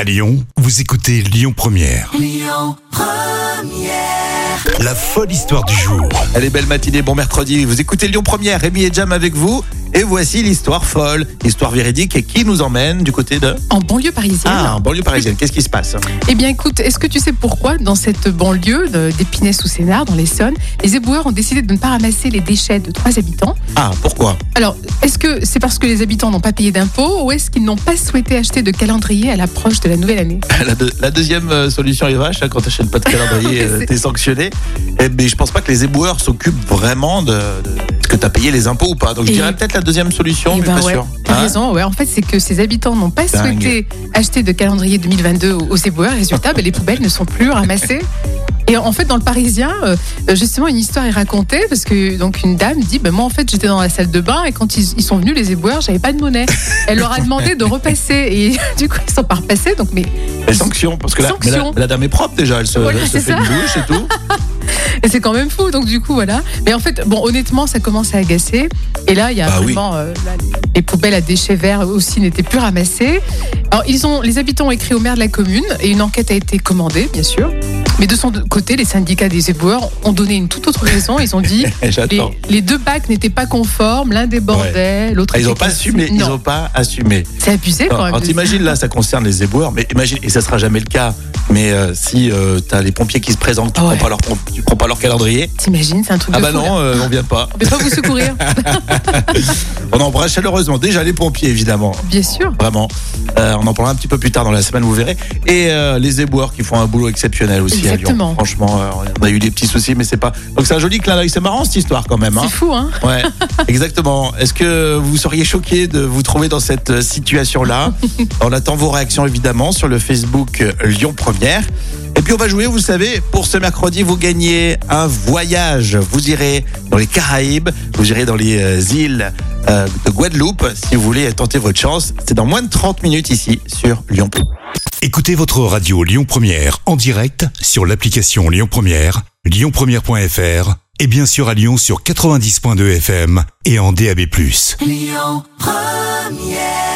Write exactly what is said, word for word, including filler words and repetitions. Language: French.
À Lyon, vous écoutez Lyon Première. Lyon Première. La folle histoire du jour. Allez, belle matinée, bon mercredi. Vous écoutez Lyon Première, Rémi et Jam avec vous. Et voici l'histoire folle, l'histoire véridique et qui nous emmène du côté de... En banlieue parisienne. Ah, en banlieue parisienne. Qu'est-ce qui se passe? Eh bien écoute, est-ce que tu sais pourquoi dans cette banlieue de- d'Épinay-sous-Sénart, dans l'Essonne, les éboueurs ont décidé de ne pas ramasser les déchets de trois habitants? Ah, pourquoi? Alors, est-ce que c'est parce que les habitants n'ont pas payé d'impôts ou est-ce qu'ils n'ont pas souhaité acheter de calendrier à l'approche de la nouvelle année? La, deux- la deuxième euh, solution est vache, hein, quand tu n'achètes pas de calendrier, euh, C'est- t'es sanctionné. Eh, mais je pense pas que les éboueurs s'occupent vraiment de, de est-ce que tu as payé les impôts ou pas. Donc je Et- dirais peut-être la deuxième solution, Eh mais ben pas ouais, sûr. t'as Hein? raison. Ouais, en fait, c'est que ces habitants n'ont pas Dingue. souhaité acheter de calendrier deux mille vingt-deux aux aux éboueurs. Résultat, ben, les poubelles ne sont plus ramassées. Et en fait, dans le Parisien, euh, justement, une histoire est racontée parce que donc une dame dit, ben moi en fait, j'étais dans la salle de bain et quand ils, ils sont venus les éboueurs, j'avais pas de monnaie. Elle leur a demandé de repasser et du coup ils sont pas repassés. Donc mais Les sanctions, parce que la, mais la, Sanctions. la dame est propre déjà, elle se, Voilà, elle se c'est fait ça. une douche et tout. et c'est quand même fou. Donc du coup voilà. Mais en fait, bon honnêtement, ça commence à agacer. Et là, il y a Bah oui. vraiment euh, là, les poubelles à déchets verts aussi n'étaient plus ramassées. Alors ils ont, les habitants ont écrit au maire de la commune et une enquête a été commandée, bien sûr. Mais de son côté, les syndicats des éboueurs ont donné une toute autre raison. Ils ont dit les, J'attends. les deux bacs n'étaient pas conformes, l'un débordait, l'autre. Ah, ils n'ont était pas cassé. assumé, ils Non, n'ont pas assumé. c'est abusé quand même. Alors, de- t'imagines là, ça concerne les éboueurs, mais imagine, et ça sera jamais le cas, mais euh, si euh, t'as les pompiers qui se présentent, tu, Ouais. prends pas leur, pom- tu prends pas leur calendrier, T'imagines, c'est un truc ah de bah fou, non, là. euh, on vient pas. On peut pas vous secourir, On embrasse chaleureusement déjà les pompiers évidemment, bien sûr. vraiment. Euh, on en parlera un petit peu plus tard dans la semaine, vous verrez. Et euh, les éboueurs qui font un boulot exceptionnel aussi à Lyon. Exactement. Franchement, euh, on a eu des petits soucis, mais c'est pas. Donc c'est un joli clin d'œil, c'est marrant cette histoire quand même. Hein. C'est fou, hein. Ouais, exactement. Est-ce que vous seriez choqué de vous trouver dans cette euh, situation-là? On attend vos réactions évidemment sur le Facebook euh, Lyon Première. Et puis on va jouer, vous savez, pour ce mercredi, vous gagnez un voyage. Vous irez dans les Caraïbes, vous irez dans les euh, îles euh, de Guadeloupe. Si vous voulez tenter votre chance, c'est dans moins de trente minutes ici sur Lyon. Écoutez votre radio Lyon Première en direct sur l'application Lyon Première, lyon première point f r et bien sûr à Lyon sur quatre-vingt-dix point deux F M et en D A B plus. Lyon Première.